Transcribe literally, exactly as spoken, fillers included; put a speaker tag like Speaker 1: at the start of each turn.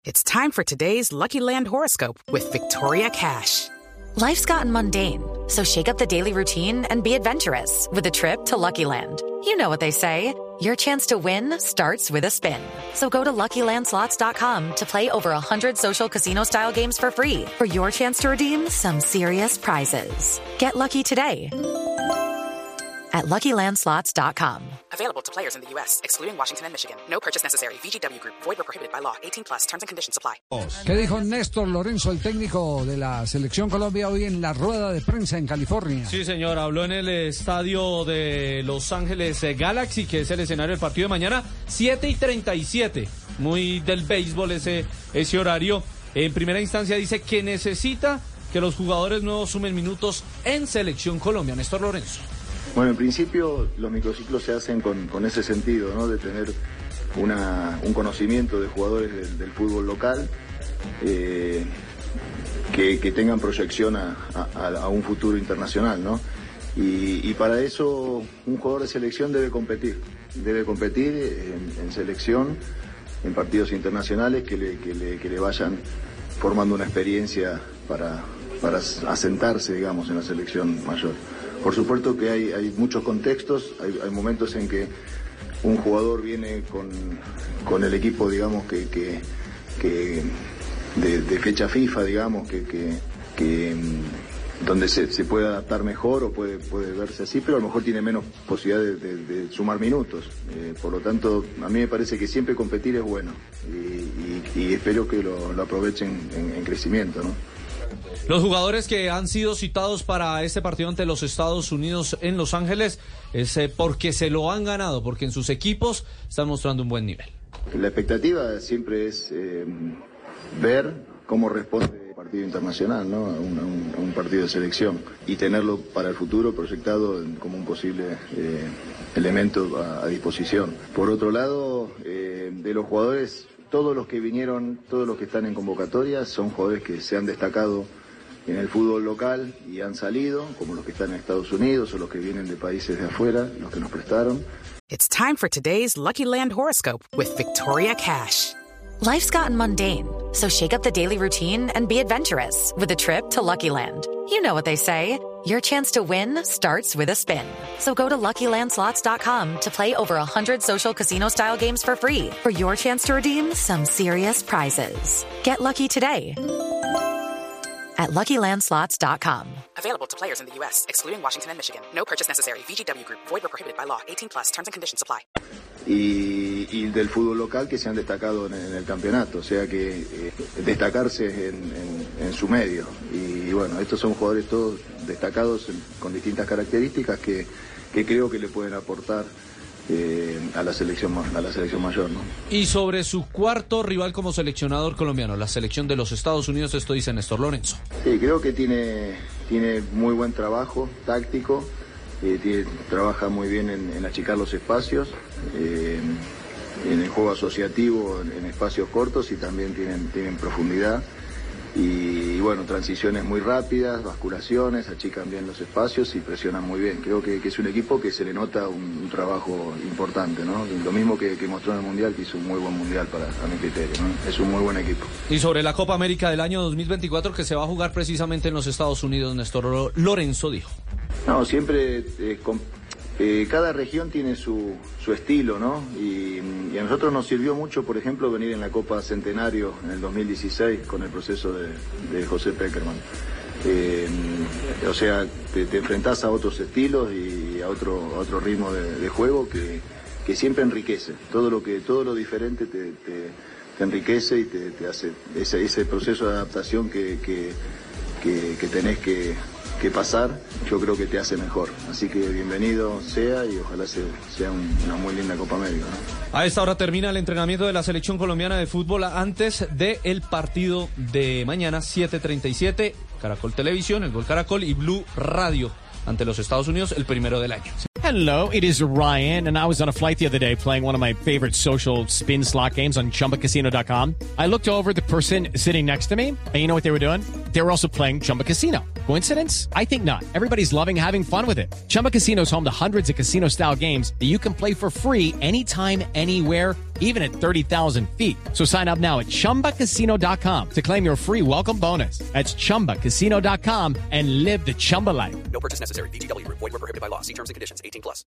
Speaker 1: It's time for today's Lucky Land horoscope with Victoria Cash.
Speaker 2: Life's gotten mundane, so shake up the daily routine and be adventurous with a trip to Lucky Land. You know what they say, your chance to win starts with a spin. So go to Lucky Land Slots dot com to play over one hundred social casino-style games for free for your chance to redeem some serious prizes. Get lucky today at Lucky Land Slots dot com.
Speaker 1: Available to players in the U S, excluding Washington and Michigan. No purchase necessary. V G W Group. Void or prohibited by law. eighteen plus. Terms and conditions apply.
Speaker 3: ¿Qué dijo Néstor Lorenzo, el técnico de la Selección Colombia, hoy en la rueda de prensa en California?
Speaker 4: Sí, señor. Habló en el estadio de Los Ángeles Galaxy, que es el escenario del partido de mañana, siete y treinta y siete. Muy del béisbol ese, ese horario. En primera instancia dice que necesita que los jugadores nuevos sumen minutos en Selección Colombia. Néstor Lorenzo.
Speaker 5: Bueno, en principio los microciclos se hacen con, con ese sentido, ¿no? De tener una, un conocimiento de jugadores del, del fútbol local, eh, que, que tengan proyección a, a, a un futuro internacional, ¿no? Y, y para eso un jugador de selección debe competir, debe competir en, en selección, en partidos internacionales que le, que le, que le vayan formando una experiencia para, para asentarse, digamos, en la selección mayor. Por supuesto que hay, hay muchos contextos, hay, hay momentos en que un jugador viene con, con el equipo, digamos, que, que, que de, de fecha FIFA, digamos, que, que, que donde se, se puede adaptar mejor o puede, puede verse así, pero a lo mejor tiene menos posibilidad de, de, de sumar minutos. Eh, por lo tanto, a mí me parece que siempre competir es bueno y, y, y espero que lo, lo aprovechen en, en crecimiento, ¿no?
Speaker 4: Los jugadores que han sido citados para este partido ante los Estados Unidos en Los Ángeles es eh, porque se lo han ganado, porque en sus equipos están mostrando un buen nivel.
Speaker 5: La expectativa siempre es eh, ver cómo responde el partido internacional, ¿no? A un, a un, a un partido de selección y tenerlo para el futuro proyectado como un posible eh, elemento a, a disposición. Por otro lado, eh, de los jugadores, todos los que vinieron, todos los que están en convocatoria son jugadores que se han destacado en el fútbol local y han salido, como los que están en Estados Unidos o los que vienen de países de afuera, los que nos prestaron.
Speaker 1: It's time for today's Lucky Land horoscope with Victoria Cash.
Speaker 2: Life's gotten mundane, so shake up the daily routine and be adventurous with a trip to Lucky Land. You know what they say, your chance to win starts with a spin. So go to Lucky Land Slots dot com to play over one hundred social casino-style games for free for your chance to redeem some serious prizes. Get lucky today at Lucky Land Slots dot com.
Speaker 1: Available to players in the U S, excluding Washington and Michigan. No purchase necessary. V G W Group. Void or prohibited by law. eighteen plus. Terms and conditions apply.
Speaker 5: Y, y del fútbol local que se han destacado en, en el campeonato, o sea que eh, destacarse en, en, en su medio. Y, y bueno, estos son jugadores todos destacados en, con distintas características que, que creo que le pueden aportar Eh, a la selección a la selección mayor, ¿no?
Speaker 4: Y sobre su cuarto rival como seleccionador colombiano, la selección de los Estados Unidos, esto dice Néstor Lorenzo.
Speaker 5: Sí, creo que tiene tiene muy buen trabajo táctico, eh, tiene, trabaja muy bien en, en achicar los espacios, eh, en el juego asociativo, en, en espacios cortos y también tienen tienen profundidad. Y, y bueno, transiciones muy rápidas, basculaciones, achican bien los espacios y presionan muy bien. Creo que, que es un equipo que se le nota un, un trabajo importante, ¿no? Lo mismo que, que mostró en el Mundial, que hizo un muy buen Mundial para a mi criterio, ¿no? Es un muy buen equipo.
Speaker 4: Y sobre la Copa América del año dos mil veinticuatro, que se va a jugar precisamente en los Estados Unidos, Néstor Lorenzo dijo.
Speaker 5: No, siempre eh, con, eh, cada región tiene su, su estilo, ¿no? Y, y a nosotros nos sirvió mucho, por ejemplo, venir en la Copa Centenario en el dos mil dieciséis con el proceso de, de José Peckerman. Eh, o sea, te, te enfrentás a otros estilos y a otro, a otro ritmo de, de juego que, que siempre enriquece. Todo lo que todo lo diferente te, te, te enriquece y te, te hace ese, ese proceso de adaptación que, que, que, que tenés que que pasar, yo creo que te hace mejor. Así que bienvenido sea y ojalá sea, sea un, una muy linda Copa América, ¿no?
Speaker 4: A esta hora termina el entrenamiento de la selección colombiana de fútbol antes del partido de mañana, siete treinta y siete, Caracol Televisión, el Gol Caracol y Blue Radio ante los Estados Unidos, el primero del año.
Speaker 6: Hello, it is Ryan, and I was on a flight the other day playing one of my favorite social spin slot games on Chumba Casino dot com. I looked over at the person sitting next to me, and you know what they were doing? They were also playing Chumba Casino. Coincidence? I think not. Everybody's loving having fun with it. Chumba Casino is home to hundreds of casino-style games that you can play for free anytime, anywhere, even at thirty thousand feet. So sign up now at chumba casino dot com to claim your free welcome bonus. That's chumba casino dot com and live the Chumba life.
Speaker 1: No purchase necessary. V G W Group. Void where prohibited by law. See terms and conditions. eighteen plus.